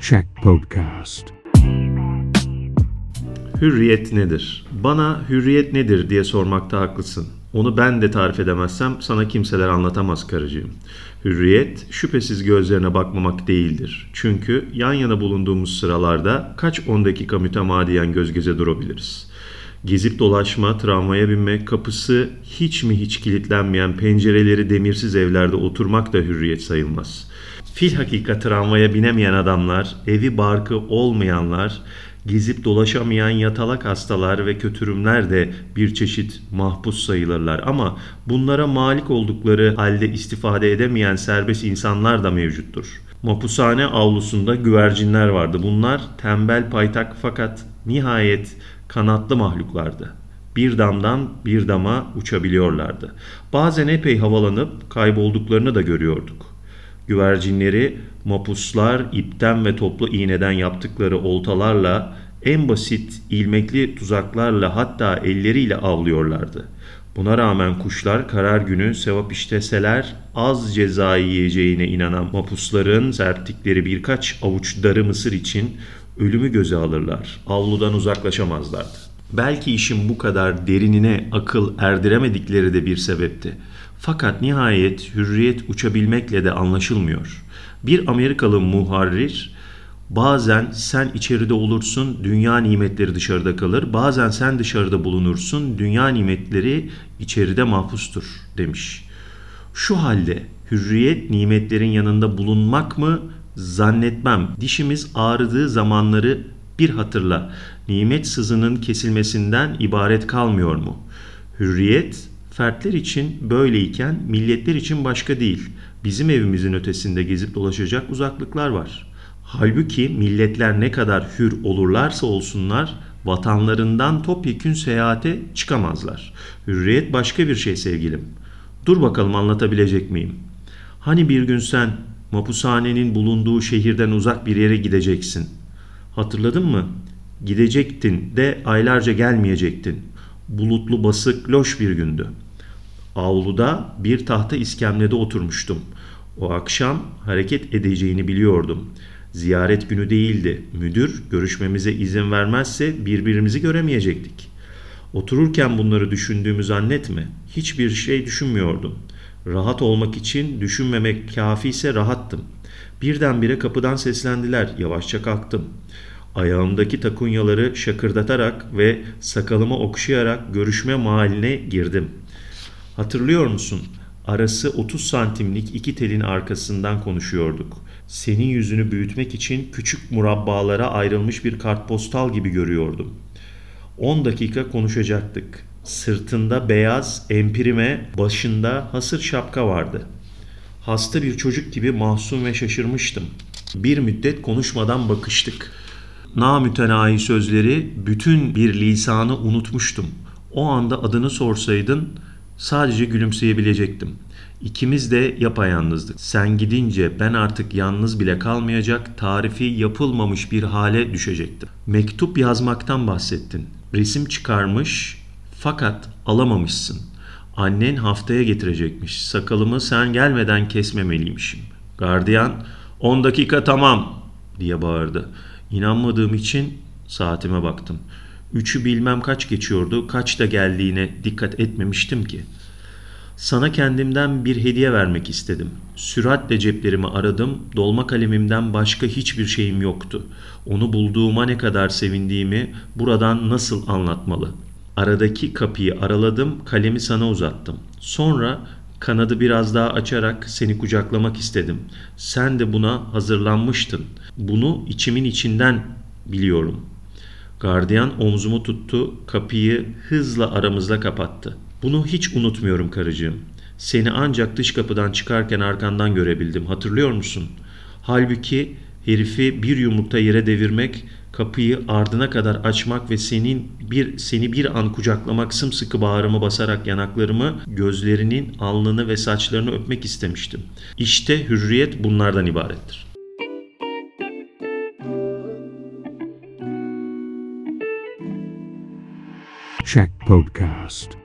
Check Podcast. Hürriyet nedir? Bana hürriyet nedir diye sormakta haklısın. Onu ben de tarif edemezsem sana kimseler anlatamaz karıcığım. Hürriyet şüphesiz gözlerine bakmamak değildir. Çünkü yan yana bulunduğumuz sıralarda kaç 10 dakika mütemadiyen göz göze durabiliriz. Gezip dolaşma, tramvaya binmek, kapısı hiç kilitlenmeyen pencereleri demirsiz evlerde oturmak da hürriyet sayılmaz. Filhakika tramvaya binemeyen adamlar, evi barkı olmayanlar, gezip dolaşamayan yatalak hastalar ve kötürümler de bir çeşit mahpus sayılırlar. Ama bunlara malik oldukları halde istifade edemeyen serbest insanlar da mevcuttur. Mapushane avlusunda güvercinler vardı. Bunlar tembel paytak fakat nihayet kanatlı mahluklardı. Bir damdan bir dama uçabiliyorlardı. Bazen epey havalanıp kaybolduklarını da görüyorduk. Güvercinleri mapuslar ipten ve toplu iğneden yaptıkları oltalarla, en basit ilmekli tuzaklarla, hatta elleriyle avlıyorlardı. Buna rağmen kuşlar karar günü sevap işleseler az ceza yiyeceğine inanan mapusların serptikleri birkaç avuç darı mısır için ölümü göze alırlar. Avludan uzaklaşamazlardı. Belki işin bu kadar derinine akıl erdiremedikleri de bir sebepti. Fakat nihayet hürriyet uçabilmekle de anlaşılmıyor. Bir Amerikalı muharrir, bazen sen içeride olursun, dünya nimetleri dışarıda kalır. Bazen sen dışarıda bulunursun, dünya nimetleri içeride mahpustur demiş. Şu halde hürriyet nimetlerin yanında bulunmak mı? Zannetmem. Dişimiz ağrıdığı zamanları bir hatırla. Nimet sızının kesilmesinden ibaret kalmıyor mu? Hürriyet fertler için böyleyken milletler için başka değil. Bizim evimizin ötesinde gezip dolaşacak uzaklıklar var. Halbuki milletler ne kadar hür olurlarsa olsunlar vatanlarından topyekün seyahate çıkamazlar. Hürriyet başka bir şey sevgilim. Dur bakalım anlatabilecek miyim? Hani bir gün sen mapushanenin bulunduğu şehirden uzak bir yere gideceksin. Hatırladın mı? Gidecektin de aylarca gelmeyecektin. Bulutlu, basık, loş bir gündü. Avluda bir tahta iskemlede oturmuştum. O akşam hareket edeceğini biliyordum. Ziyaret günü değildi. Müdür görüşmemize izin vermezse birbirimizi göremeyecektik. Otururken bunları düşündüğümü zannetme. Hiçbir şey düşünmüyordum. Rahat olmak için düşünmemek kâfiyse rahattım. Birdenbire kapıdan seslendiler. Yavaşça kalktım. Ayağımdaki takunyaları şakırdatarak ve sakalımı okşayarak görüşme mahaline girdim. Hatırlıyor musun? Arası 30 santimlik iki telin arkasından konuşuyorduk. Senin yüzünü büyütmek için küçük murabbalara ayrılmış bir kartpostal gibi görüyordum. 10 dakika konuşacaktık. Sırtında beyaz empirime, başında hasır şapka vardı. Hasta bir çocuk gibi mahzun ve şaşırmıştım. Bir müddet konuşmadan bakıştık. Namütenahi sözleri, bütün bir lisanı unutmuştum. O anda adını sorsaydın sadece gülümseyebilecektim. İkimiz de yapayalnızdık. Sen gidince ben artık yalnız bile kalmayacak, tarifi yapılmamış bir hale düşecektim. Mektup yazmaktan bahsettin. Resim çıkarmış fakat alamamışsın. Annen haftaya getirecekmiş. Sakalımı sen gelmeden kesmemeliymişim. Gardiyan 10 dakika tamam diye bağırdı. İnanmadığım için saatime baktım. 3'ü bilmem kaç geçiyordu. Kaçta geldiğine dikkat etmemiştim ki. Sana kendimden bir hediye vermek istedim. Süratle ceplerimi aradım. Dolma kalemimden başka hiçbir şeyim yoktu. Onu bulduğuma ne kadar sevindiğimi buradan nasıl anlatmalı? Aradaki kapıyı araladım. Kalemi sana uzattım. Sonra kanadı biraz daha açarak seni kucaklamak istedim. Sen de buna hazırlanmıştın. Bunu içimin içinden biliyorum. Gardiyan omzumu tuttu, kapıyı hızla aramızda kapattı. Bunu hiç unutmuyorum karıcığım. Seni ancak dış kapıdan çıkarken arkandan görebildim. Hatırlıyor musun? Halbuki herifi bir yumrukta yere devirmek, kapıyı ardına kadar açmak ve seni bir an kucaklamak, sımsıkı bağrıma basarak yanaklarımı, gözlerinin alnını ve saçlarını öpmek istemiştim. İşte hürriyet bunlardan ibarettir. Check Podcast.